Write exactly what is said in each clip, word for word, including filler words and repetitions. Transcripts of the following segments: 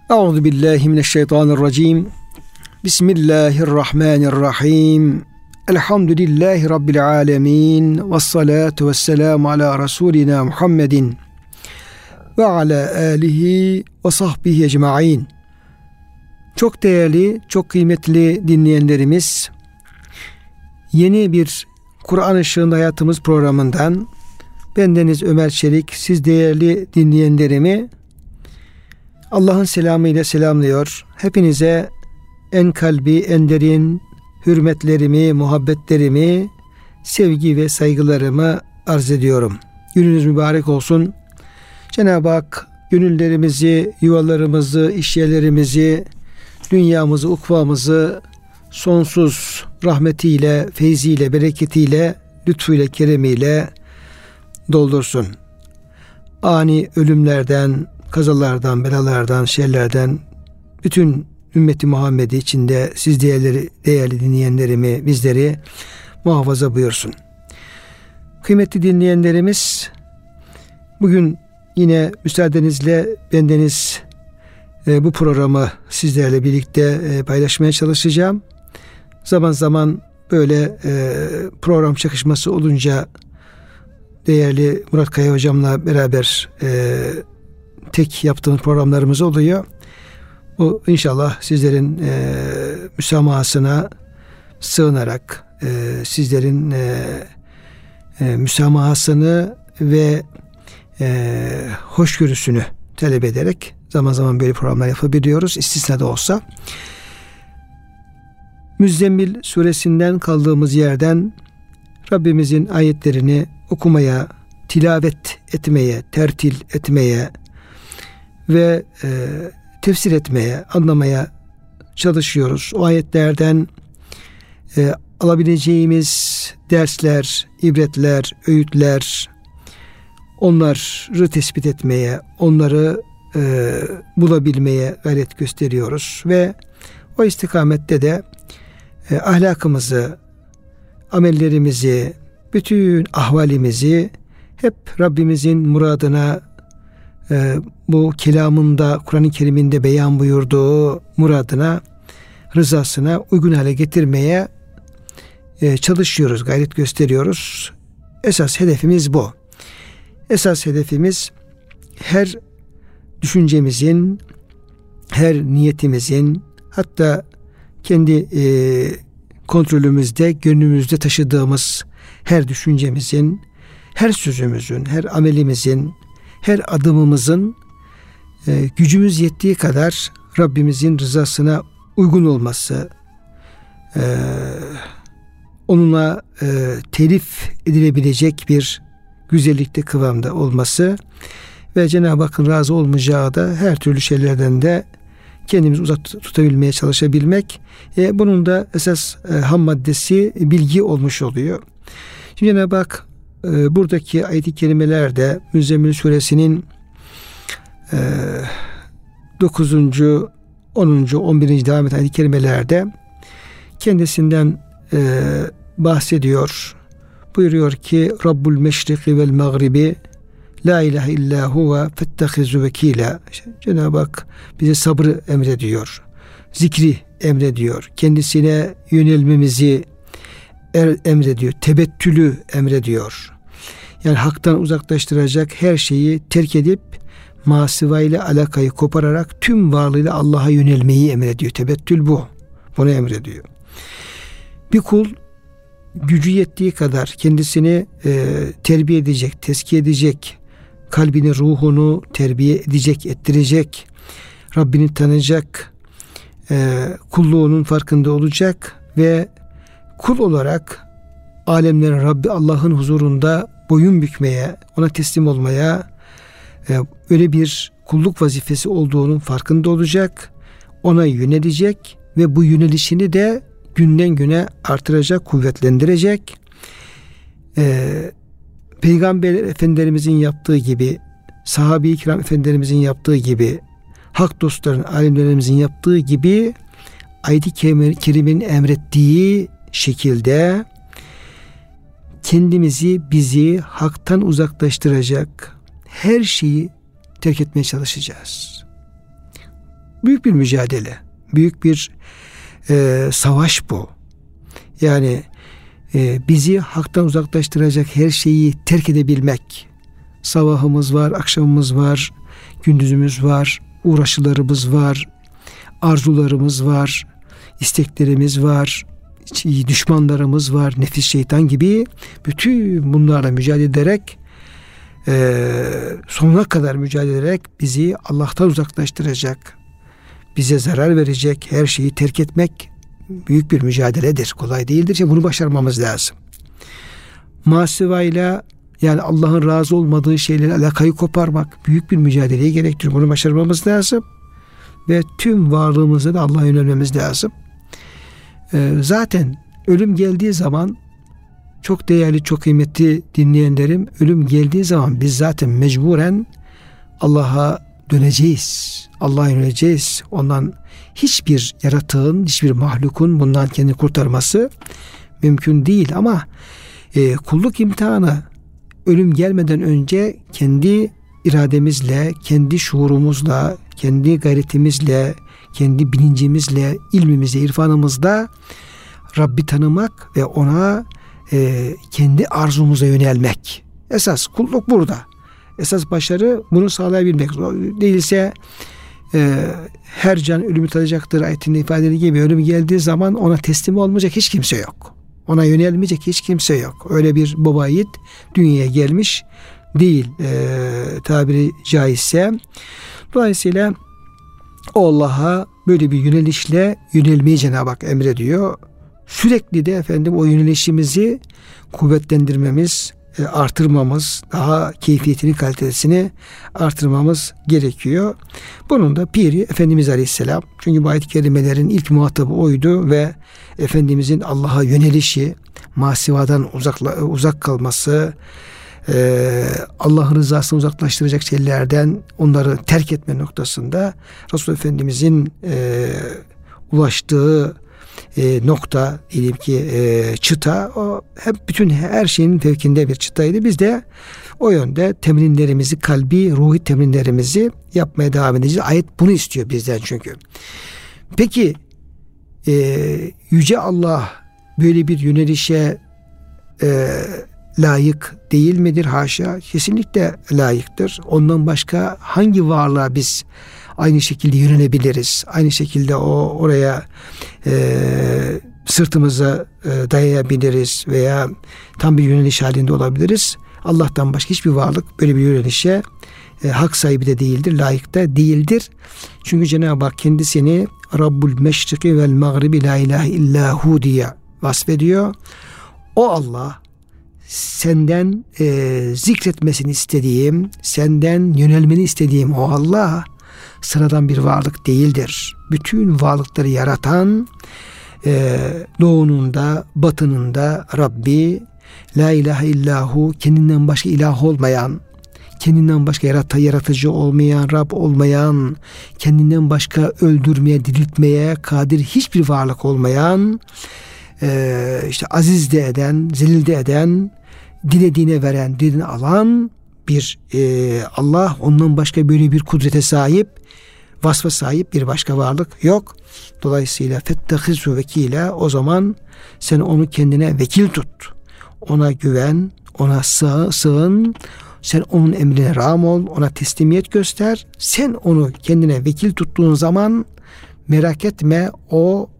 Euzu billahi mineşşeytanirracim. Bismillahirrahmanirrahim. Elhamdülillahi rabbil alamin. Ves salatu vesselamu ala rasulina Muhammedin ve ala alihi ve sahbihi ecmaîn. Çok değerli, çok kıymetli dinleyenlerimiz, yeni bir Kur'an Işığında Hayatımız programından bendeniz Ömer Çelik, siz değerli dinleyenlerimi Allah'ın selamıyla selamlıyor. Hepinize en kalbi, en derin hürmetlerimi, muhabbetlerimi, sevgi ve saygılarımı arz ediyorum. Gününüz mübarek olsun. Cenab-ı Hak gönüllerimizi, yuvalarımızı, işyerlerimizi, dünyamızı, ukvamızı sonsuz rahmetiyle, feyziyle, bereketiyle, lütfuyla, keremiyle doldursun. Ani ölümlerden, kazalardan, belalardan, şerlerden bütün ümmeti Muhammed'i içinde siz değerli, değerli dinleyenlerimi, bizleri muhafaza buyursun. Kıymetli dinleyenlerimiz, bugün yine müsaadenizle bendeniz e, bu programı sizlerle birlikte e, paylaşmaya çalışacağım. Zaman zaman böyle e, program çakışması olunca değerli Murat Kaya hocamla beraber e, tek yaptığımız programlarımız oluyor. Bu inşallah sizlerin e, müsamahasına sığınarak, e, sizlerin e, e, müsamahasını ve e, hoşgörüsünü talep ederek zaman zaman böyle programlar yapabiliyoruz. İstisna da olsa. Müzzemmil suresinden kaldığımız yerden Rabbimizin ayetlerini okumaya, tilavet etmeye, tertil etmeye ve e, tefsir etmeye, anlamaya çalışıyoruz. O ayetlerden e, alabileceğimiz dersler, ibretler, öğütler, onları tespit etmeye, onları e, bulabilmeye gayret gösteriyoruz ve o istikamette de e, ahlakımızı, amellerimizi, bütün ahvalimizi hep Rabbimizin muradına, e, bu kelamında, Kur'an-ı Kerim'inde beyan buyurduğu muradına, rızasına uygun hale getirmeye e, çalışıyoruz, gayret gösteriyoruz. Esas hedefimiz bu. Esas hedefimiz her düşüncemizin, her niyetimizin, hatta kendi e, kontrolümüzde, gönlümüzde taşıdığımız her düşüncemizin, her sözümüzün, her amelimizin, her adımımızın e, gücümüz yettiği kadar Rabbimizin rızasına uygun olması, e, onunla e, telif edilebilecek bir güzellikte, kıvamda olması ve Cenab-ı Hakk'ın razı olmayacağı da her türlü şeylerden de kendimizi uzak tutabilmeye çalışabilmek. E, bunun da esas e, ham maddesi bilgi olmuş oluyor. Şimdi Cenab-ı Hak e, buradaki ayet-i kerimelerde Müzzemmil suresinin e, dokuzuncu, onuncu, on birinci devam eden ayet-i kerimelerde kendisinden e, bahsediyor. Buyuruyor ki Rabbul meşriki vel mağribi la ilahe illa huve fettehizu vekila. Cenab-ı Hak bize sabrı emrediyor. Zikri emrediyor. Kendisine yönelmemizi er, emrediyor. Tebettülü emrediyor. Yani haktan uzaklaştıracak her şeyi terk edip masiva ile alakayı kopararak tüm varlığıyla Allah'a yönelmeyi emrediyor. Tebettül bu. Bunu emrediyor. Bir kul gücü yettiği kadar kendisini e, terbiye edecek, tezkiye edecek, kalbini, ruhunu terbiye edecek, ettirecek, Rabbini tanıyacak, e, kulluğunun farkında olacak ve kul olarak alemlerin Rabbi Allah'ın huzurunda boyun bükmeye, ona teslim olmaya, e, öyle bir kulluk vazifesi olduğunun farkında olacak, ona yönelecek ve bu yönelişini de günden güne artıracak, kuvvetlendirecek. Ee, Peygamber Efendilerimizin yaptığı gibi, sahabe-i kiram efendilerimizin yaptığı gibi, hak dostların, alimlerimizin yaptığı gibi ayet-i kerimenin emrettiği şekilde kendimizi, bizi haktan uzaklaştıracak her şeyi terk etmeye çalışacağız. büyük bir mücadele, büyük bir e, savaş bu. Yani e, bizi haktan uzaklaştıracak her şeyi terk edebilmek. Sabahımız var, akşamımız var, gündüzümüz var, uğraşılarımız var, arzularımız var, isteklerimiz var, düşmanlarımız var, nefis, şeytan gibi bütün bunlarla mücadele ederek e, sonuna kadar mücadele ederek bizi Allah'tan uzaklaştıracak, bize zarar verecek her şeyi terk etmek büyük bir mücadeledir. Kolay değildir. İşte bunu başarmamız lazım. Masivayla, yani Allah'ın razı olmadığı şeylerle alakayı koparmak büyük bir mücadeleyi gerektiriyor. Bunu başarmamız lazım. Ve tüm varlığımızda da Allah'a yönelmemiz lazım. Ee, zaten ölüm geldiği zaman, çok değerli, çok kıymetli dinleyenlerim, ölüm geldiği zaman biz zaten mecburen Allah'a döneceğiz. Allah'a yöneleceğiz. Ondan hiçbir yaratığın, hiçbir mahlukun bundan kendini kurtarması mümkün değil. Ama e, kulluk imtihanı ölüm gelmeden önce kendi irademizle, kendi şuurumuzla, kendi gayretimizle, kendi bilincimizle, ilmimizle, irfanımızla Rabbi tanımak ve ona e, kendi arzumuza yönelmek. Esas kulluk burada. Esas başarı bunu sağlayabilmek. Değilse e, her can ölümü tadacaktır ayetinde ifade edildiği gibi, ölüm geldiği zaman ona teslim olmayacak hiç kimse yok. Ona yönelmeyecek hiç kimse yok. Öyle bir baba yiğit dünyaya gelmiş değil e, tabiri caizse. Dolayısıyla o Allah'a böyle bir yönelişle yönelmeyi Cenab-ı Hak emrediyor. Sürekli de efendim o yönelişimizi kuvvetlendirmemiz, e, artırmamız, daha keyfiyetini, kalitesini artırmamız gerekiyor. Bunun da piri Efendimiz Aleyhisselam. Çünkü bu ayet-i kerimelerin ilk muhatabı oydu ve Efendimizin Allah'a yönelişi, masivadan uzakla, uzak kalması, Ee, Allah'ın rızasını uzaklaştıracak şeylerden onları terk etme noktasında Resulullah Efendimizin e, ulaştığı e, nokta, diyelim ki e, çıta, o hep bütün her şeyin fevkinde bir çıtaydı. Biz de o yönde temrinlerimizi, kalbi, ruhi temrinlerimizi yapmaya devam edeceğiz. Ayet bunu istiyor bizden çünkü. Peki e, Yüce Allah böyle bir yönelişe e, layık değil midir? Haşa, kesinlikle layıktır. Ondan başka hangi varlığa biz aynı şekilde yönelebiliriz? Aynı şekilde o oraya e, sırtımıza e, dayayabiliriz veya tam bir yöneliş halinde olabiliriz. Allah'tan başka hiçbir varlık böyle bir yönelişe e, hak sahibi de değildir, layık da değildir. Çünkü Cenab-ı Hak kendisini Rabbul Meşriki vel Mağribi la ilahe illahu diye vasfediyor. O Allah, senden e, zikretmesini istediğim, senden yönelmeni istediğim o Allah sıradan bir varlık değildir. Bütün varlıkları yaratan, e, doğununda, batınında Rabbi, la ilahe illahu, kendinden başka ilah olmayan, kendinden başka yarata, yaratıcı olmayan, Rab olmayan, kendinden başka öldürmeye, diriltmeye kadir hiçbir varlık olmayan, e, işte aziz de eden, zelil de eden, dilediğine veren, dilediğine alan bir e, Allah, ondan başka böyle bir kudrete sahip, vasfa sahip bir başka varlık yok. Dolayısıyla fettehizu vekile, o zaman sen onu kendine vekil tut. Ona güven, ona sığ, sığın, sen onun emrine rağm ol, ona teslimiyet göster. Sen onu kendine vekil tuttuğun zaman merak etme, o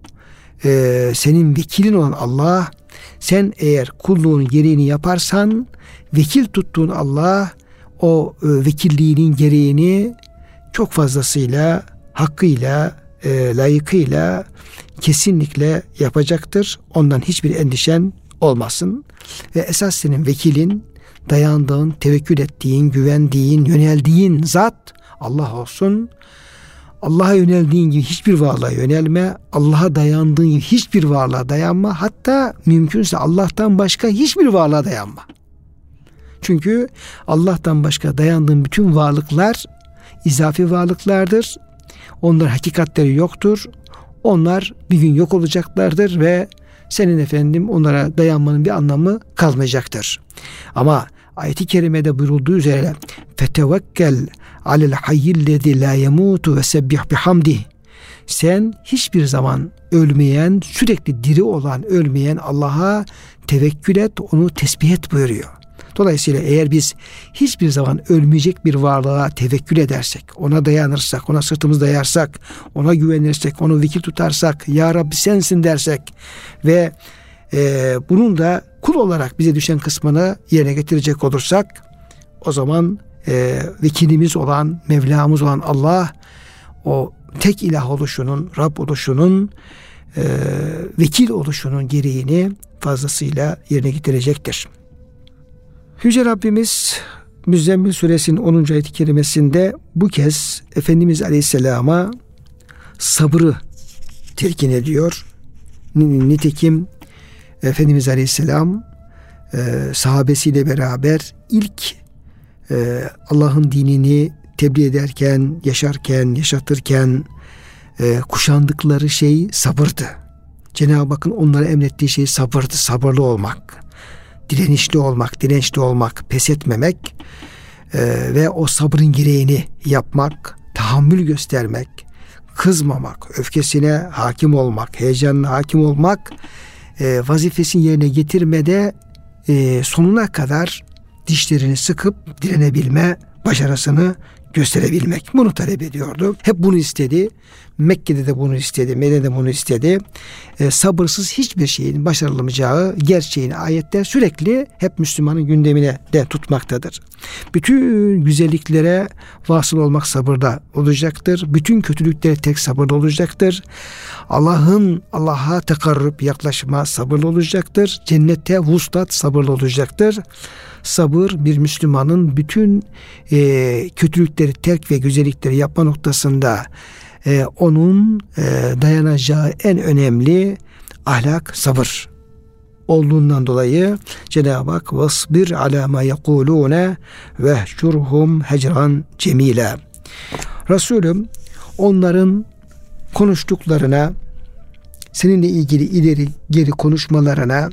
e, senin vekilin olan Allah. Sen eğer kulluğun gereğini yaparsan, vekil tuttuğun Allah o e, vekilliğinin gereğini çok fazlasıyla, hakkıyla, e, layıkıyla kesinlikle yapacaktır. Ondan hiçbir endişen olmasın. Ve esas senin vekilin, dayandığın, tevekkül ettiğin, güvendiğin, yöneldiğin zat Allah olsun. Allah'a yöneldiğin gibi hiçbir varlığa yönelme. Allah'a dayandığın gibi hiçbir varlığa dayanma. Hatta mümkünse Allah'tan başka hiçbir varlığa dayanma. Çünkü Allah'tan başka dayandığın bütün varlıklar izafi varlıklardır. Onlar hakikatleri yoktur. Onlar bir gün yok olacaklardır ve senin efendim onlara dayanmanın bir anlamı kalmayacaktır. Ama ayet-i kerimede buyurulduğu üzere fetevekkel alel hayyillezî lâ yemûtu ve sebbih bihamdih. Sen hiçbir zaman ölmeyen, sürekli diri olan, ölmeyen Allah'a tevekkül et, onu tesbih et buyuruyor. Dolayısıyla eğer biz hiçbir zaman ölmeyecek bir varlığa tevekkül edersek, ona dayanırsak, ona sırtımızı dayarsak, ona güvenirsek, onu vekil tutarsak, Ya Rabbi sensin dersek ve e, bunun da kul olarak bize düşen kısmını yerine getirecek olursak, o zaman e, vekilimiz olan, Mevlamız olan Allah, o tek ilah oluşunun, Rab oluşunun, e, vekil oluşunun gereğini fazlasıyla yerine getirecektir. Yüce Rabbimiz Müzzemmil Suresinin onuncu ayet-i kerimesinde bu kez Efendimiz Aleyhisselam'a sabrı telkin ediyor. Nitekim Efendimiz Aleyhisselam e, sahabesiyle beraber ilk e, Allah'ın dinini tebliğ ederken, yaşarken, yaşatırken e, kuşandıkları şey sabırdı. Cenab-ı Hakk'ın onlara emrettiği şey sabırdı, sabırlı olmak, direnişli olmak, dirençli olmak, pes etmemek e, ve o sabrın gereğini yapmak, tahammül göstermek, kızmamak, öfkesine hakim olmak, heyecanına hakim olmak, e, vazifesini yerine getirmede e, sonuna kadar dişlerini sıkıp direnebilme başarısını gösterebilmek. Bunu talep ediyordu. Hep bunu istedi. Mekke'de de bunu istedi. Medine'de de bunu istedi. E, sabırsız hiçbir şeyin başarılamayacağı gerçeğini ayetler sürekli hep Müslümanın gündemine de tutmaktadır. Bütün güzelliklere vasıl olmak sabırda olacaktır. Bütün kötülüklere tek sabırda olacaktır. Allah'ın Allah'a tekarrüp yaklaşma sabırlı olacaktır. Cennete vuslat sabırlı olacaktır. Sabır bir Müslümanın bütün e, kötülükleri terk ve güzellikleri yapma noktasında e, onun e, dayanacağı en önemli ahlak sabır olduğundan dolayı Cenab-ı Hak vasbir ala ma yekulune ve şurhum hecran cemile. Resulüm onların konuştuklarına, seninle ilgili ileri geri konuşmalarına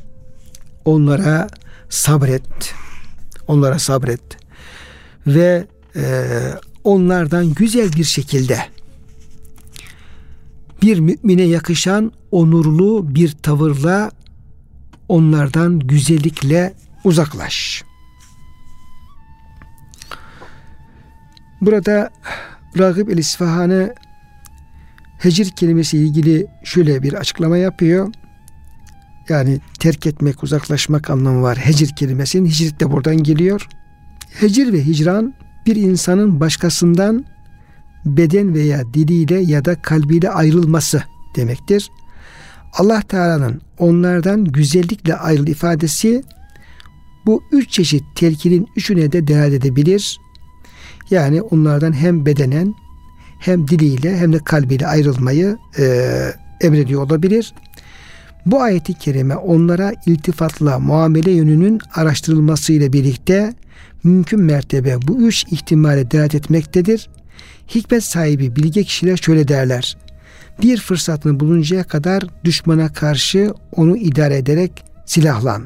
onlara sabret. Onlara sabret. Ve e, onlardan güzel bir şekilde bir mümine yakışan onurlu bir tavırla onlardan güzellikle uzaklaş. Burada Ragib el-İsfahani hecir kelimesiyle ilgili şöyle bir açıklama yapıyor. Yani terk etmek, uzaklaşmak anlamı var. Hecir kelimesinin hicret de buradan geliyor. Hecir ve hicran bir insanın başkasından beden veya diliyle ya da kalbiyle ayrılması demektir. Allah Teala'nın onlardan güzellikle ayrıl ifadesi bu üç çeşit telkinin üçüne de delalet edebilir. Yani onlardan hem bedenen hem diliyle hem de kalbiyle ayrılmayı e, emrediyor olabilir. Bu ayet-i kerime onlara iltifatla muamele yönünün araştırılmasıyla birlikte mümkün mertebe bu üç ihtimale delalet etmektedir. Hikmet sahibi bilge kişiler şöyle derler: bir fırsatını buluncaya kadar düşmana karşı onu idare ederek silahlan.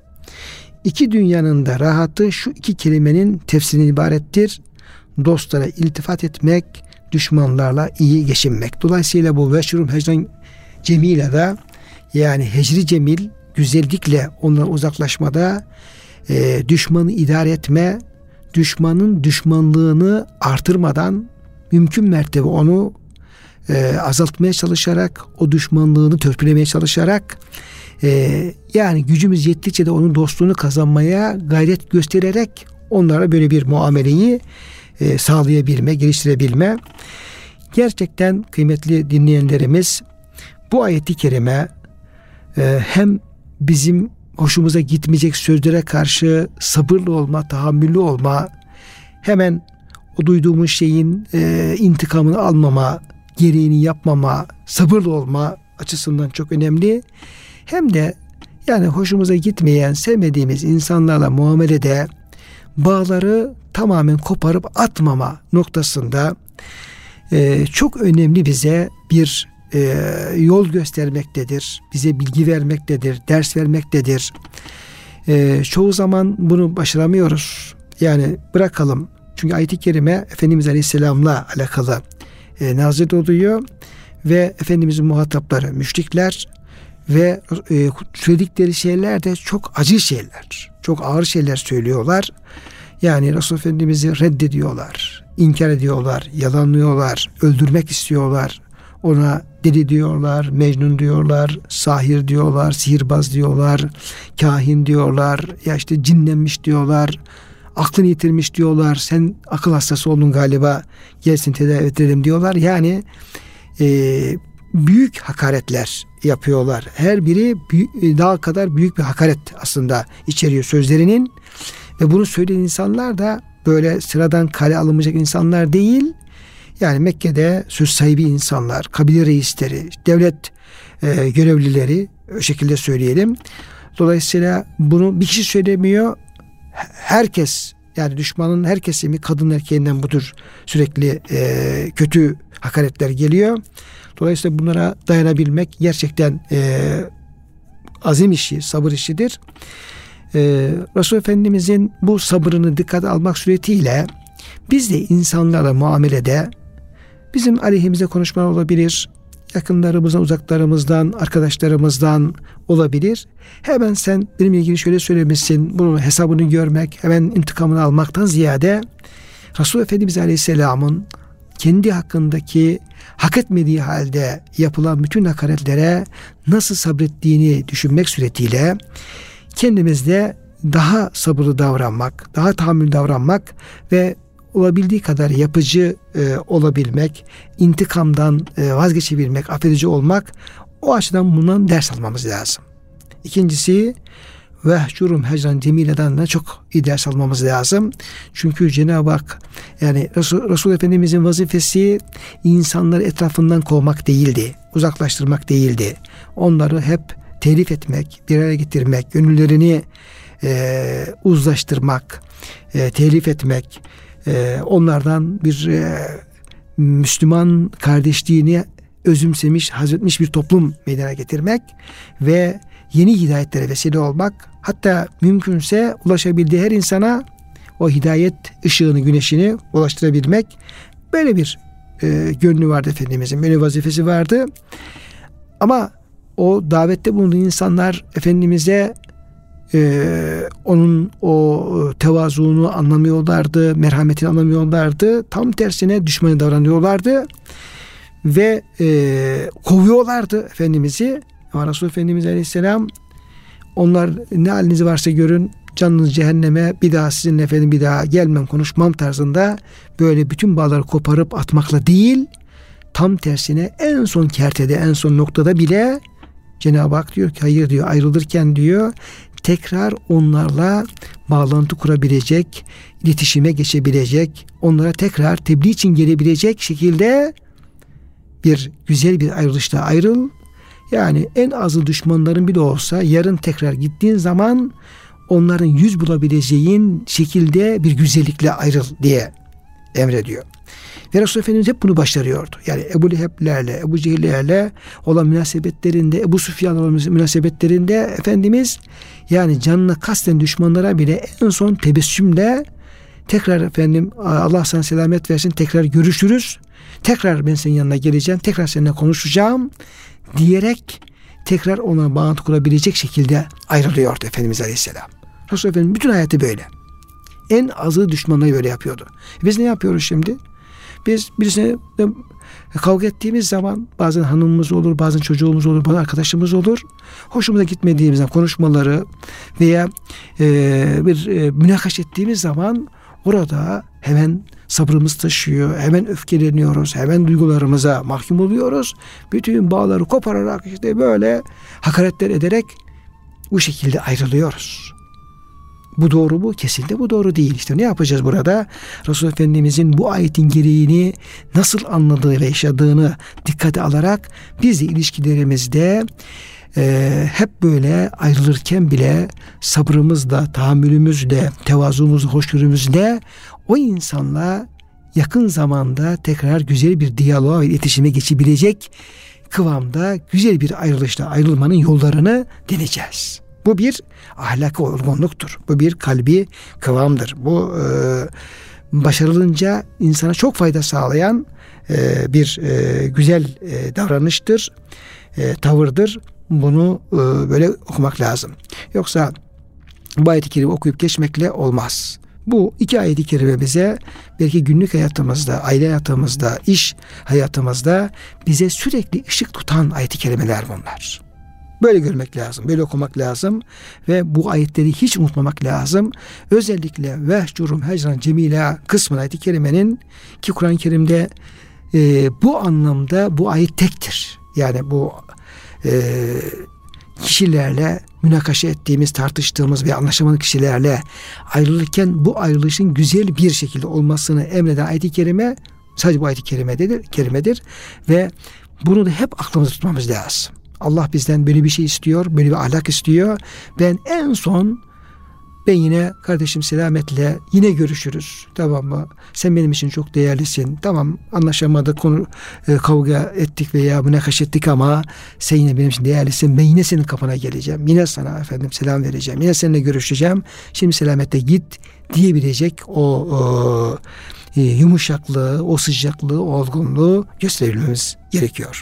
İki dünyanın da rahatı şu iki kelimenin tefsirinden ibarettir: dostlara iltifat etmek, düşmanlarla iyi geçinmek. Dolayısıyla bu veşrum hecran cemile de, yani hecri cemil, güzellikle ondan uzaklaşmada e, düşmanı idare etme, düşmanın düşmanlığını artırmadan mümkün mertebe onu e, azaltmaya çalışarak, o düşmanlığını törpülemeye çalışarak, e, yani gücümüz yettikçe de onun dostluğunu kazanmaya gayret göstererek onlara böyle bir muameleyi e, sağlayabilme, geliştirebilme. Gerçekten kıymetli dinleyenlerimiz, bu ayet-i kerime e, hem bizim hoşumuza gitmeyecek sözlere karşı sabırlı olma, tahammüllü olma, hemen o duyduğumuz şeyin e, intikamını almama, gereğini yapmama, sabırlı olma açısından çok önemli. Hem de yani hoşumuza gitmeyen, sevmediğimiz insanlarla muamelede bağları tamamen koparıp atmama noktasında e, çok önemli bize bir e, yol göstermektedir. Bize bilgi vermektedir, ders vermektedir. E, çoğu zaman bunu başaramıyoruz. Yani bırakalım, Çünkü ayet-i kerime Efendimiz Aleyhisselam'la alakalı e, nazil oluyor ve Efendimizin muhatapları müşrikler ve e, söyledikleri şeyler de çok acı şeyler. Çok ağır şeyler söylüyorlar. Yani Resulullah Efendimiz'i reddediyorlar, inkar ediyorlar, yalanlıyorlar, öldürmek istiyorlar. Ona deli diyorlar, mecnun diyorlar, sahir diyorlar, sihirbaz diyorlar, kahin diyorlar, ya işte cinlenmiş diyorlar, aklını yitirmiş diyorlar, sen akıl hastası oldun galiba, gelsin tedavi edelim diyorlar. Yani e, büyük hakaretler yapıyorlar. Her biri büyük, daha kadar büyük bir hakaret aslında içeriyor sözlerinin. Ve bunu söyleyen insanlar da böyle sıradan kale alınmayacak insanlar değil. Yani Mekke'de söz sahibi insanlar, kabile reisleri, devlet e, görevlileri, o şekilde söyleyelim. Dolayısıyla bunu bir kişi söylemiyor. Herkes, yani düşmanın her kesimi, kadın erkeğinden budur, sürekli e, kötü hakaretler geliyor. Dolayısıyla bunlara dayanabilmek gerçekten e, azim işi, sabır işidir. Ee, Resulullah Efendimizin bu sabrını dikkate almak suretiyle biz de insanlarla muamelede bizim aleyhimize konuşmalar olabilir, yakınlarımızdan, uzaklarımızdan, arkadaşlarımızdan olabilir. Hemen sen benimle ilgili şöyle söylemişsin, bunun hesabını görmek, hemen intikamını almaktan ziyade Resulullah Efendimiz Aleyhisselam'ın kendi hakkındaki hak etmediği halde yapılan bütün hakaretlere nasıl sabrettiğini düşünmek suretiyle kendimizde daha sabırlı davranmak, daha tahammül davranmak ve olabildiği kadar yapıcı e, olabilmek, intikamdan e, vazgeçebilmek, affedici olmak, o açıdan bundan ders almamız lazım. İkincisi, vehcurum hecran cemile'den de çok iyi ders almamız lazım. Çünkü Cenab-ı Hak, yani Resul, Resul Efendimizin vazifesi insanları etrafından kovmak değildi, uzaklaştırmak değildi. Onları hep telif etmek, bir araya getirmek, gönüllerini e, uzlaştırmak, e, telif etmek, e, onlardan bir e, Müslüman kardeşliğini özümsemiş, hazmetmiş bir toplum meydana getirmek ve yeni hidayetlere vesile olmak, hatta mümkünse ulaşabildiği her insana o hidayet ışığını, güneşini ulaştırabilmek, böyle bir e, gönlü vardı Efendimizin, böyle vazifesi vardı. Ama o davette bulunduğu insanlar Efendimiz'e e, onun o tevazuunu anlamıyorlardı, merhametini anlamıyorlardı. Tam tersine düşmanı davranıyorlardı ve e, kovuyorlardı Efendimiz'i. Ama Resulullah Efendimiz Aleyhisselam, onlar ne haliniz varsa görün, canınız cehenneme, bir daha sizinle efendim bir daha gelmem, konuşmam tarzında böyle bütün bağları koparıp atmakla değil, tam tersine en son kertede, en son noktada bile Cenab-ı Hak diyor ki hayır diyor, ayrılırken diyor tekrar onlarla bağlantı kurabilecek, iletişime geçebilecek, onlara tekrar tebliğ için gelebilecek şekilde bir güzel bir ayrılışla ayrıl. Yani en azı düşmanların bile olsa yarın tekrar gittiğin zaman onların yüz bulabileceğin şekilde bir güzellikle ayrıl diye emrediyor. Ve Resulullah Efendimiz hep bunu başarıyordu. Yani Ebu Leheb'lerle, Ebu Cehil'lerle olan münasebetlerinde, Ebu Süfyan'la olan münasebetlerinde Efendimiz yani canına kasten düşmanlara bile en son tebessümle tekrar efendim Allah sana selamet versin, tekrar görüşürüz, tekrar ben senin yanına geleceğim, tekrar seninle konuşacağım diyerek tekrar ona bağlantı kurabilecek şekilde ayrılıyordu Efendimiz Aleyhisselam. Resulullah Efendimiz bütün hayatı böyle. En azı düşmanları böyle yapıyordu. Biz ne yapıyoruz şimdi? Biz birisine kavga ettiğimiz zaman bazen hanımımız olur, bazen çocuğumuz olur, bazen arkadaşımız olur. Hoşumuza gitmediğimizden konuşmaları veya e, bir e, münakaş ettiğimiz zaman orada hemen sabrımız taşıyor, hemen öfkeleniyoruz, hemen duygularımıza mahkum oluyoruz. Bütün bağları kopararak işte böyle hakaretler ederek bu şekilde ayrılıyoruz. Bu doğru mu? Kesinlikle bu doğru değil. İşte ne yapacağız burada? Resulullah Efendimizin bu ayetin gereğini nasıl anladığı ve yaşadığını dikkate alarak biz de ilişkilerimizde e, hep böyle ayrılırken bile sabrımızla, tahammülümüzle, tevazumuzla, hoşgörümüzle o insanla yakın zamanda tekrar güzel bir diyaloğa ve iletişime geçebilecek kıvamda güzel bir ayrılışla ayrılmanın yollarını deneyeceğiz. Bu bir ahlaki olgunluktur. Bu bir kalbi kıvamdır. Bu e, başarılınca insana çok fayda sağlayan e, bir e, güzel e, davranıştır, e, tavırdır. Bunu e, böyle okumak lazım. Yoksa bu ayet-i kerime okuyup geçmekle olmaz. Bu iki ayet-i kerime bize belki günlük hayatımızda, aile hayatımızda, iş hayatımızda bize sürekli ışık tutan ayet-i kerimeler bunlar. Böyle görmek lazım, böyle okumak lazım ve bu ayetleri hiç unutmamak lazım. Özellikle vehcurum hecran cemila kısmı ayet-i kerimenin ki Kur'an-ı Kerim'de e, bu anlamda bu ayet tektir. Yani bu e, kişilerle münakaşa ettiğimiz, tartıştığımız ve anlaşamadığı kişilerle ayrılırken bu ayrılışın güzel bir şekilde olmasını emreden ayet-i kerime sadece bu ayet-i kerimedir, kerimedir ve bunu da hep aklımızda tutmamız lazım. Allah bizden böyle bir şey istiyor, böyle bir ahlak istiyor. Ben en son ben yine kardeşim selametle yine görüşürüz. Tamam mı? Sen benim için çok değerlisin. Tamam, anlaşamadık, konu e, kavga ettik veya münakaşa ettik ama sen yine benim için değerlisin. Ben yine senin kapına geleceğim. Yine sana efendim selam vereceğim. Yine seninle görüşeceğim. Şimdi selametle git diyebilecek o, o e, yumuşaklığı, o sıcaklığı, o olgunluğu gösterebilmemiz gerekiyor.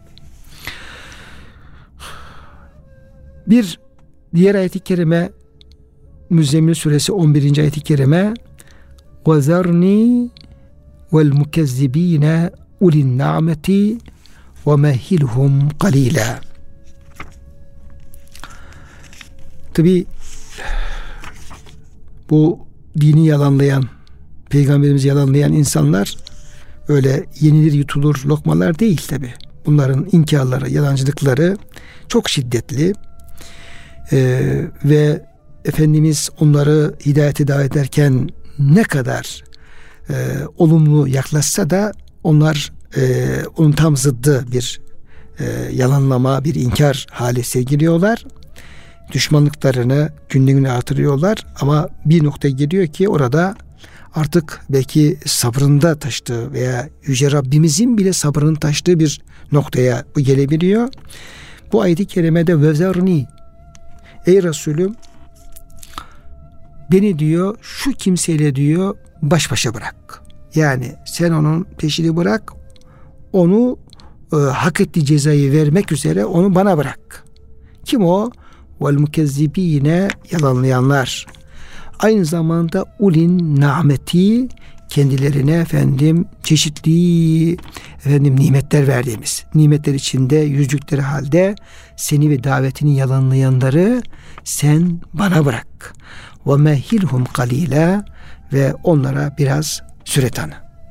Bir diğer ayet-i kerime Müzzemmil suresi on birinci ayet-i kerime وَذَرْنِي وَالْمُكَذِّب۪ينَ اُلِ النَّعْمَةِ وَمَهِّلْهُمْ قَلِيلًا. Tabi bu dini yalanlayan, peygamberimizi yalanlayan insanlar öyle yenilir yutulur lokmalar değil tabi. Bunların inkarları, yalancılıkları çok şiddetli ee, ve Efendimiz onları hidayete davet ederken ne kadar e, olumlu yaklaşsa da onlar e, onun tam zıddı bir e, yalanlama, bir inkar hali sergiliyorlar. Düşmanlıklarını, günlüğünü artırıyorlar ama bir noktaya geliyor ki orada artık belki sabrında taştığı veya Yüce Rabbimizin bile sabrının taştığı bir noktaya bu gelebiliyor. Bu ayet-i kerimede vezerni, ey Resulüm beni diyor şu kimseyle diyor baş başa bırak. Yani sen onun peşini bırak, onu e, hak ettiği cezayı vermek üzere onu bana bırak. Kim o? Vel mukezzibine, yalanlayanlar. Aynı zamanda ulin nameti, kendilerine efendim çeşitli efendim nimetler verdiğimiz, nimetler içinde yüzdükleri halde seni ve davetini yalanlayanları sen bana bırak. Ve mehilhum kalila, ve onlara biraz süre tanı.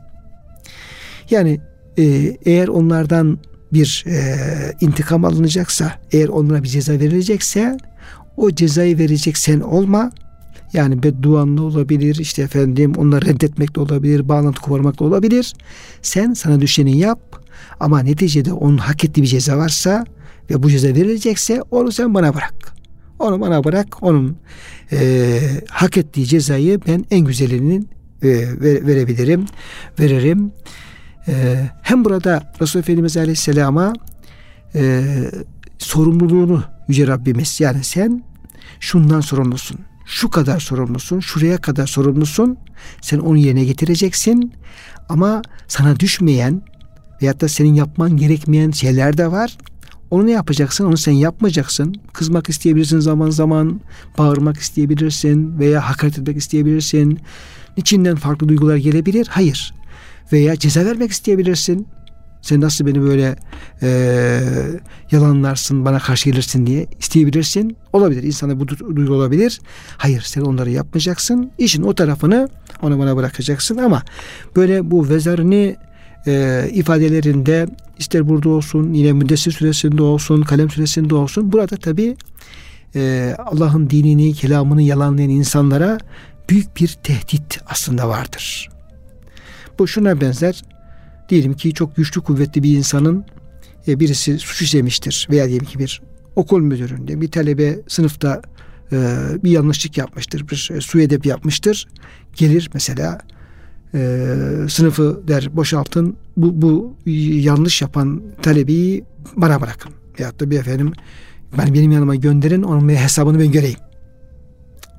Yani e, eğer onlardan bir e, intikam alınacaksa, eğer onlara bir ceza verilecekse o cezayı verecek sen olma. Yani bedduanlı olabilir, işte efendim onları reddetmek de olabilir, bağlantı koparmak da olabilir. Sen sana düşeni yap ama neticede onun hak ettiği bir ceza varsa ve bu ceza verilecekse onu sen bana bırak. Onu bana bırak, onun e, hak ettiği cezayı ben en güzelini e, ver, verebilirim, veririm. E, hem burada Resulullah Efendimiz Aleyhisselam'a e, sorumluluğunu Yüce Rabbimiz, yani sen şundan sorumlusun, şu kadar sorumlusun, şuraya kadar sorumlusun, sen onu yerine getireceksin ama sana düşmeyen veyahut da senin yapman gerekmeyen şeyler de var. Onu ne yapacaksın? Onu sen yapmayacaksın. Kızmak isteyebilirsin zaman zaman, bağırmak isteyebilirsin veya hakaret etmek isteyebilirsin. İçinden farklı duygular gelebilir. Hayır. Veya ceza vermek isteyebilirsin. Sen nasıl beni böyle e, yalanlarsın, bana karşı gelirsin diye isteyebilirsin. Olabilir. İnsanda bu duygu olabilir. Hayır, sen onları yapmayacaksın. İşin o tarafını ona bana bırakacaksın ama böyle bu vezarini e, ifadelerinde, ister burada olsun, yine Müddessir suresinde olsun, Kalem suresinde olsun, burada tabi e, Allah'ın dinini, kelamını yalanlayan insanlara büyük bir tehdit aslında vardır. Bu şuna benzer. Diyelim ki çok güçlü, kuvvetli bir insanın e, birisi suç işlemiştir veya diyelim ki bir okul müdüründe bir talebe sınıfta e, bir yanlışlık yapmıştır, bir e, suedep yapmıştır. Gelir mesela e, sınıfı der boşaltın, bu, bu yanlış yapan talebeyi bana bırakın. Veyahut da bir efendim ben benim yanıma gönderin, onun hesabını ben göreyim.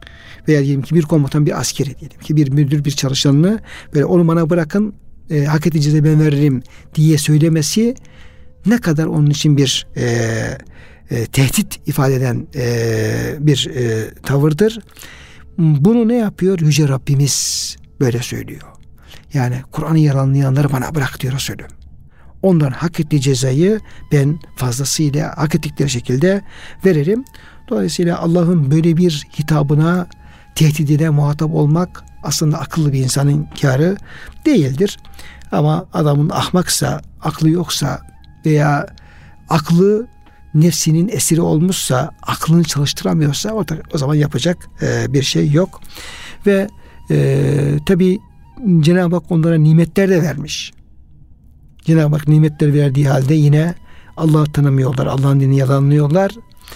veya diyelim ki bir komutan bir askeri, diyelim ki bir müdür bir çalışanını böyle onu bana bırakın, e, hak ettiği cezayı ben veririm diye söylemesi ne kadar onun için bir e, e, tehdit ifade eden e, bir e, tavırdır. Bunu ne yapıyor? Yüce Rabbimiz böyle söylüyor. Yani Kur'an'ı yalanlayanları bana bırak diyor Resulüm. Onların hak ettiği cezayı ben fazlasıyla hak ettikleri şekilde veririm. Dolayısıyla Allah'ın böyle bir hitabına, tehdidine muhatap olmak aslında akıllı bir insanın kârı değildir. Ama adamın ahmaksa, aklı yoksa veya aklı nefsinin esiri olmuşsa, aklını çalıştıramıyorsa o, o zaman yapacak e, bir şey yok. Ve e, tabi Cenab-ı Hak onlara nimetler de vermiş. Cenab-ı Hak nimetler verdiği halde yine Allah'ı tanımıyorlar, Allah'ın dinini yalanlıyorlar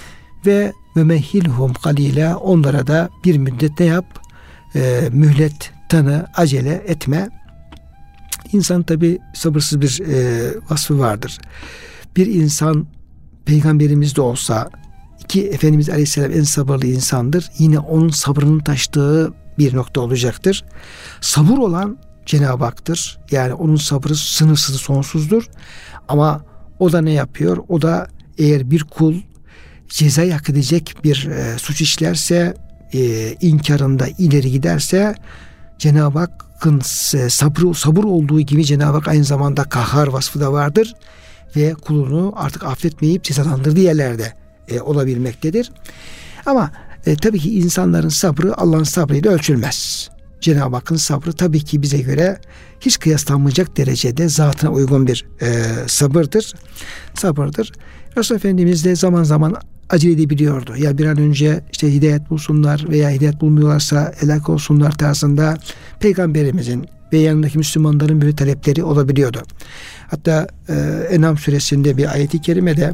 ve ve mehilhum kalila, onlara da bir müddet ne yap? E, mühlet tanı, acele etme. İnsan tabi sabırsız bir e, vasfı vardır. Bir insan Peygamberimiz de olsa ki Efendimiz Aleyhisselam en sabırlı insandır. Yine onun sabrının taştığı bir nokta olacaktır. Sabır olan Cenab-ı Hak'tır. Yani onun sabrı sınırsız, sonsuzdur. Ama o da ne yapıyor? O da eğer bir kul cezayı hak edecek bir e, suç işlerse, e, inkarında ileri giderse Cenab-ı Hakk'ın sabrı, sabır olduğu gibi Cenab-ı Hak aynı zamanda kahhar vasfı da vardır ve kulunu artık affetmeyip cezalandırdığı yerlerde e, olabilmektedir. Ama e, tabii ki insanların sabrı Allah'ın sabrıyla ölçülmez. Cenab-ı Hakk'ın sabrı tabii ki bize göre hiç kıyaslanmayacak derecede zatına uygun bir e, sabırdır. Sabırdır. Resul Efendimiz de zaman zaman acele edebiliyordu. Ya bir an önce işte hidayet bulsunlar veya hidayet bulmuyorlarsa helak olsunlar tarzında Peygamberimizin ve yanındaki Müslümanların böyle talepleri olabiliyordu. Hatta e, En'am suresinde bir ayet-i kerimede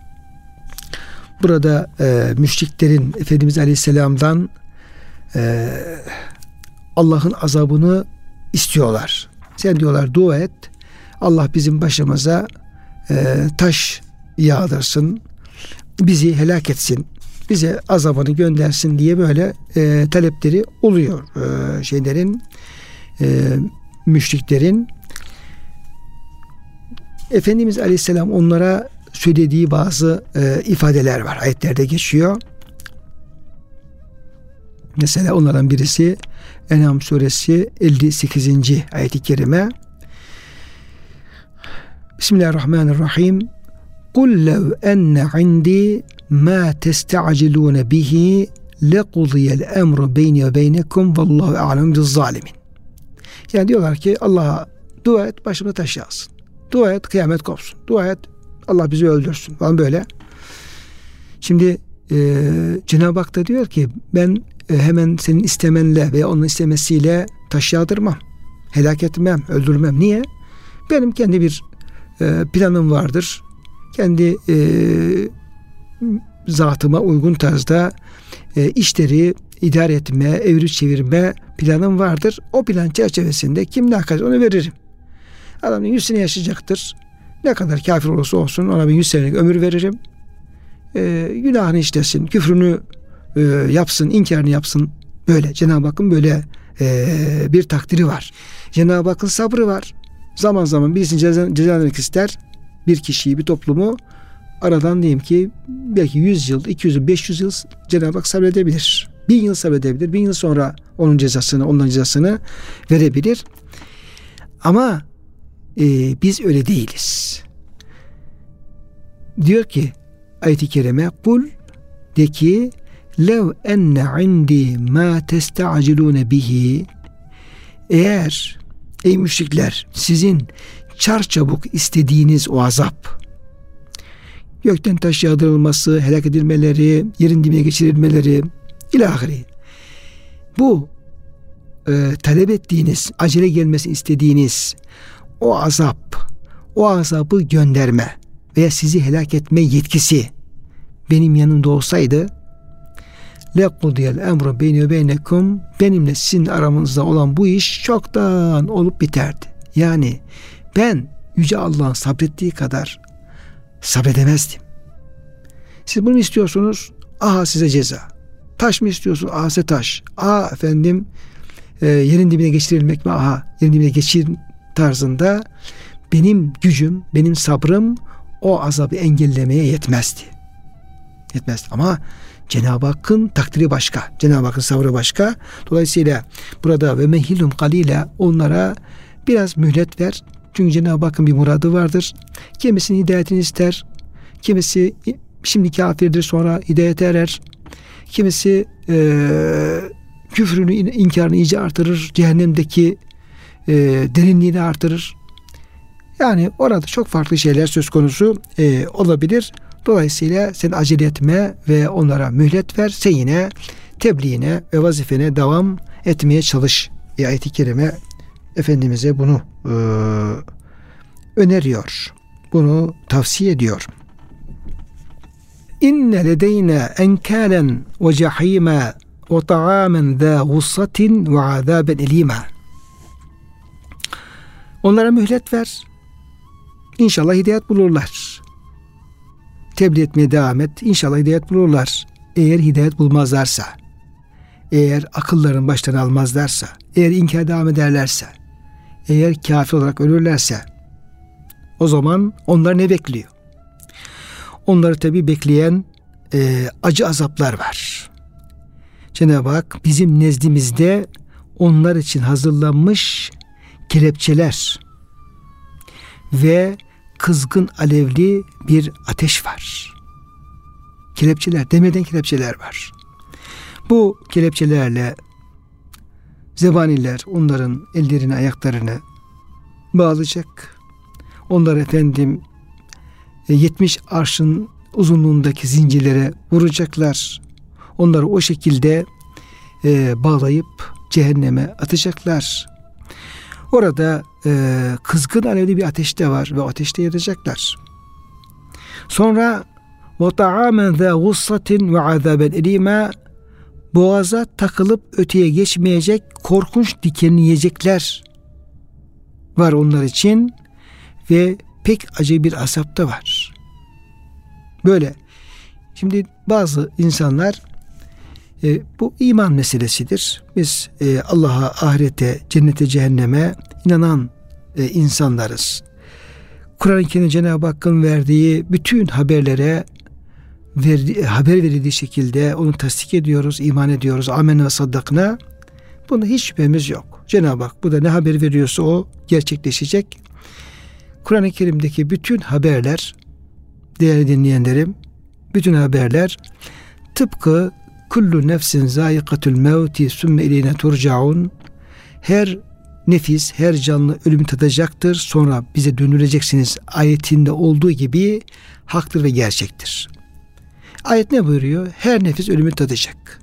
burada e, müşriklerin Efendimiz Aleyhisselam'dan e, Allah'ın azabını istiyorlar. Sen diyorlar dua et. Allah bizim başımıza e, taş yağdırsın. Bizi helak etsin. Bize azabını göndersin diye böyle e, talepleri oluyor e, şeylerin e, müşriklerin. Efendimiz Aleyhisselam onlara söylediği bazı e, ifadeler var. Ayetlerde geçiyor. Mesela onlardan birisi En'am suresi elli sekizinci ayet-i kerime. Bismillahirrahmanirrahim. Kul lev enne indi ma testa'cilûne bihi lekudiyel emru beyni ve beynekum vallahu a'lem bizzalimin. Yani diyorlar ki Allah'a dua et, başımıza taş yağsın. Dua et, kıyamet kopsun. Dua et, Allah bizi öldürsün falan böyle. Şimdi e, Cenab-ı Hak da diyor ki ben e, hemen senin istemenle veya onun istemesiyle taş yağdırmam. Helak etmem, öldürmem. Niye? Benim kendi bir e, planım vardır. Kendi e, zatıma uygun tarzda e, işleri idare etme, evri çevirme planım vardır. O plan çerçevesinde kim ne hak onu veririm. Adam yüz sene yaşayacaktır. Ne kadar kafir olursa olsun ona bir yüz senelik ömür veririm. E, günahını işlesin, küfrünü e, yapsın, inkarını yapsın. Böyle Cenab-ı Hakk'ın böyle e, bir takdiri var. Cenab-ı Hakk'ın sabrı var. Zaman zaman birisini cezalandırmak ister. Bir kişiyi, bir toplumu aradan diyeyim ki belki yüz yıl, iki yüz yıl, beş yüz yıl Cenab-ı Hak sabredebilir. Bin yıl sabredebilir. Bin yıl sonra onun cezasını, onların cezasını verebilir. Ama e, biz öyle değiliz. Diyor ki ayet-i kerime kul de ki lev enne indi ma testa'cilûne bihi, eğer ey müşrikler sizin çarçabuk istediğiniz o azap, gökten taş yağdırılması, helak edilmeleri, yerin dibine geçirilmeleri ilahiri, bu e, talep ettiğiniz, acele gelmesini istediğiniz o azap, o azabı gönderme veya sizi helak etme yetkisi benim yanımda olsaydı lekudiyel emru beyni ve beynekum, benimle sizin aramızda olan bu iş çoktan olup biterdi. Yani ben Yüce Allah'ın sabrettiği kadar sabredemezdim. Siz bunu istiyorsunuz, aha size ceza. Taş mı istiyorsun? Aha size taş. Aa efendim e, yerin dibine geçirilmek mi? Aha yerin dibine geçir tarzında benim gücüm, benim sabrım o azabı engellemeye yetmezdi. Yetmezdi. Ama Cenab-ı Hakk'ın takdiri başka. Cenab-ı Hakk'ın sabrı başka. Dolayısıyla burada ve mehilum kalile onlara biraz mühlet ver. Çünkü Cenab-ı Hakk'ın bir muradı vardır. Kimisinin hidayetini ister. Kimisi şimdi kafirdir sonra hidayete erer. Kimisi e, küfrünü, inkarını iyice artırır. Cehennemdeki e, derinliğini artırır. Yani orada çok farklı şeyler söz konusu e, olabilir. Dolayısıyla sen acele etme ve onlara mühlet ver. Sen yine tebliğine ve vazifene devam etmeye çalış. E, ayet-i kerime Efendimiz'e bunu e, öneriyor. Bunu tavsiye ediyor. İnne ledeyne enkâlen ve cehîme ve ta'âmen zâ gussatin ve azâben elîmâ. Onlara mühlet ver. İnşallah hidayet bulurlar. Tebliğ etmeye devam et. İnşallah hidayet bulurlar. Eğer hidayet bulmazlarsa, eğer akılların baştan almazlarsa, eğer inkar devam ederlerse, eğer kafir olarak ölürlerse, o zaman onlar ne bekliyor? Onları tabi bekleyen e, acı azaplar var. Cenab-ı Hak bizim nezdimizde onlar için hazırlanmış kelepçeler ve kızgın alevli bir ateş var. Kelepçeler, demirden kelepçeler var. Bu kelepçelerle zebaniler onların ellerini, ayaklarını bağlayacak. Onlar efendim yetmiş arşın uzunluğundaki zincirlere vuracaklar. Onları o şekilde e, bağlayıp cehenneme atacaklar. Orada e, kızgın alevli bir ateş de var ve o ateşte yanacaklar. Sonra وَطَعَامًا ذَا غُصَّةٍ وَعَذَابًا اَل۪يمًا boğaza takılıp öteye geçmeyecek korkunç dikenli yiyecekler var onlar için ve pek acı bir azap da var. Böyle. Şimdi bazı insanlar e, bu iman meselesidir. Biz e, Allah'a, ahirete, cennete, cehenneme inanan e, insanlarız. Kur'an-ı Kerim Cenab-ı Hakk'ın verdiği bütün haberlere verdi, haber verildiği şekilde onu tasdik ediyoruz, iman ediyoruz. Amen ve saddakna. Bunda hiç şüphemiz yok. Cenab-ı Hak bu da ne haber veriyorsa o gerçekleşecek. Kur'an-ı Kerim'deki bütün haberler, değerli dinleyenlerim, bütün haberler tıpkı kullu nefsin zâikatul mevti sümme ileyne turcaun, her nefis, her canlı ölümü tadacaktır, sonra bize dönüleceksiniz ayetinde olduğu gibi haktır ve gerçektir. Ayet ne buyuruyor? Her nefis ölümü tadacak.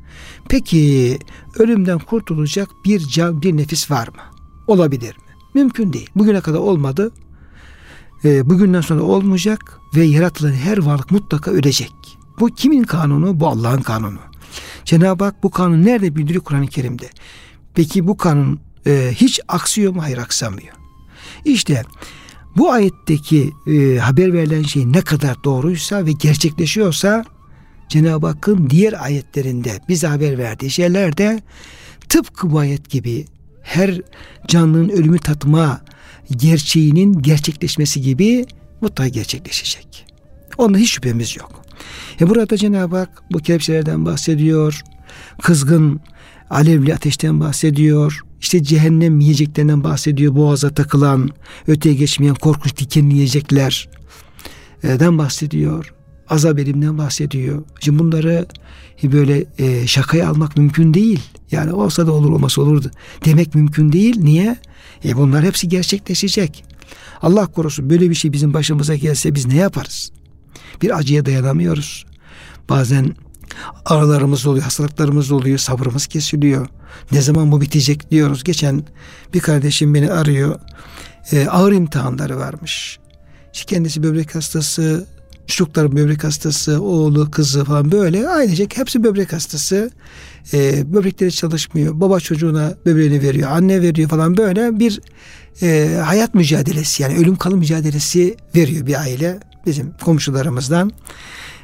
Peki ölümden kurtulacak bir can, bir nefis var mı? Olabilir mi? Mümkün değil. Bugüne kadar olmadı. E, bugünden sonra olmayacak ve yaratılan her varlık mutlaka ölecek. Bu kimin kanunu? Bu Allah'ın kanunu. Cenab-ı Hak bu kanunu nerede bildiriyor? Kur'an-ı Kerim'de. Peki bu kanun e, hiç aksıyor mu? Hayır, aksamıyor. İşte bu ayetteki e, haber verilen şey ne kadar doğruysa ve gerçekleşiyorsa Cenab-ı Hakk'ın diğer ayetlerinde bize haber verdiği şeyler de tıpkı bu ayet gibi her canlının ölümü tatma gerçeğinin gerçekleşmesi gibi mutlaka gerçekleşecek. Onda hiç şüphemiz yok. E burada Cenab-ı Hak bu kelepçelerden bahsediyor. Kızgın alevli ateşten bahsediyor. İşte cehennem yiyeceklerinden bahsediyor. Boğaza takılan, öteye geçmeyen korkunç dikenli yiyeceklerden bahsediyor. Azap elimden bahsediyor. Şimdi bunları böyle e, şakaya almak mümkün değil. Yani olsa da olur, olmasa olurdu demek mümkün değil. Niye? E bunlar hepsi gerçekleşecek. Allah korusun böyle bir şey bizim başımıza gelse biz ne yaparız? Bir acıya dayanamıyoruz. Bazen ağrılarımız oluyor, hastalıklarımız oluyor, sabrımız kesiliyor. Ne zaman bu bitecek diyoruz. Geçen bir kardeşim beni arıyor. E, ağır imtihanları varmış. İşte kendisi böbrek hastası, çocukları böbrek hastası, oğlu, kızı falan böyle ailecek hepsi böbrek hastası. E, böbrekleri çalışmıyor. Baba çocuğuna böbreğini veriyor, anne veriyor falan, böyle bir e, hayat mücadelesi, yani ölüm kalım mücadelesi veriyor bir aile bizim komşularımızdan.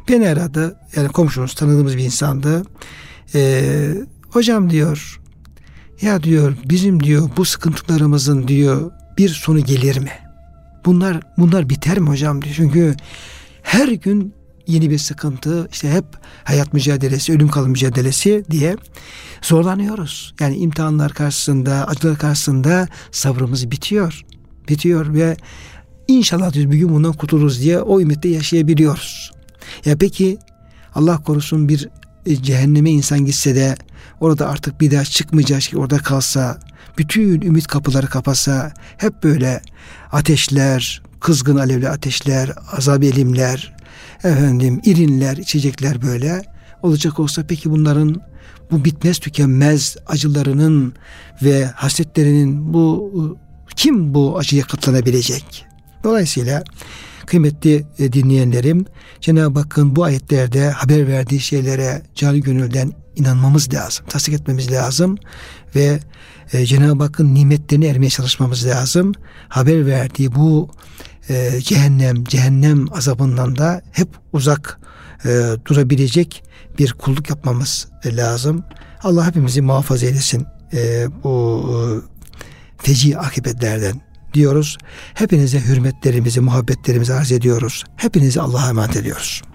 Beni aradı. Yani komşumuz, tanıdığımız bir insandı. Ee, hocam diyor, ya diyor bizim diyor bu sıkıntılarımızın diyor bir sonu gelir mi? Bunlar bunlar biter mi hocam diyor. Çünkü her gün yeni bir sıkıntı, işte hep hayat mücadelesi, ölüm kalım mücadelesi diye zorlanıyoruz. Yani imtihanlar karşısında, acılar karşısında sabrımız bitiyor. Bitiyor ve inşallah diyoruz bir gün bundan kurtuluruz diye o ümitle yaşayabiliyoruz. Ya peki Allah korusun bir cehenneme insan gitse de orada artık bir daha çıkmayacağı şey orada kalsa, bütün ümit kapıları kapasa, hep böyle ateşler, kızgın alevli ateşler, azab elimler, efendim irinler, içecekler böyle olacak olsa, peki bunların bu bitmez tükenmez acılarının ve hasretlerinin bu kim bu acıya katlanabilecek? Dolayısıyla kıymetli dinleyenlerim, Cenab-ı Hakk'ın bu ayetlerde haber verdiği şeylere canı gönülden inanmamız lazım, tasdik etmemiz lazım ve e, Cenab-ı Hakk'ın nimetlerine ermeye çalışmamız lazım. Haber verdiği bu e, cehennem, cehennem azabından da hep uzak e, durabilecek bir kulluk yapmamız lazım. Allah hepimizi muhafaza eylesin e, bu e, feci akıbetlerden diyoruz. Hepinize hürmetlerimizi, muhabbetlerimizi arz ediyoruz. Hepinizi Allah'a emanet ediyoruz.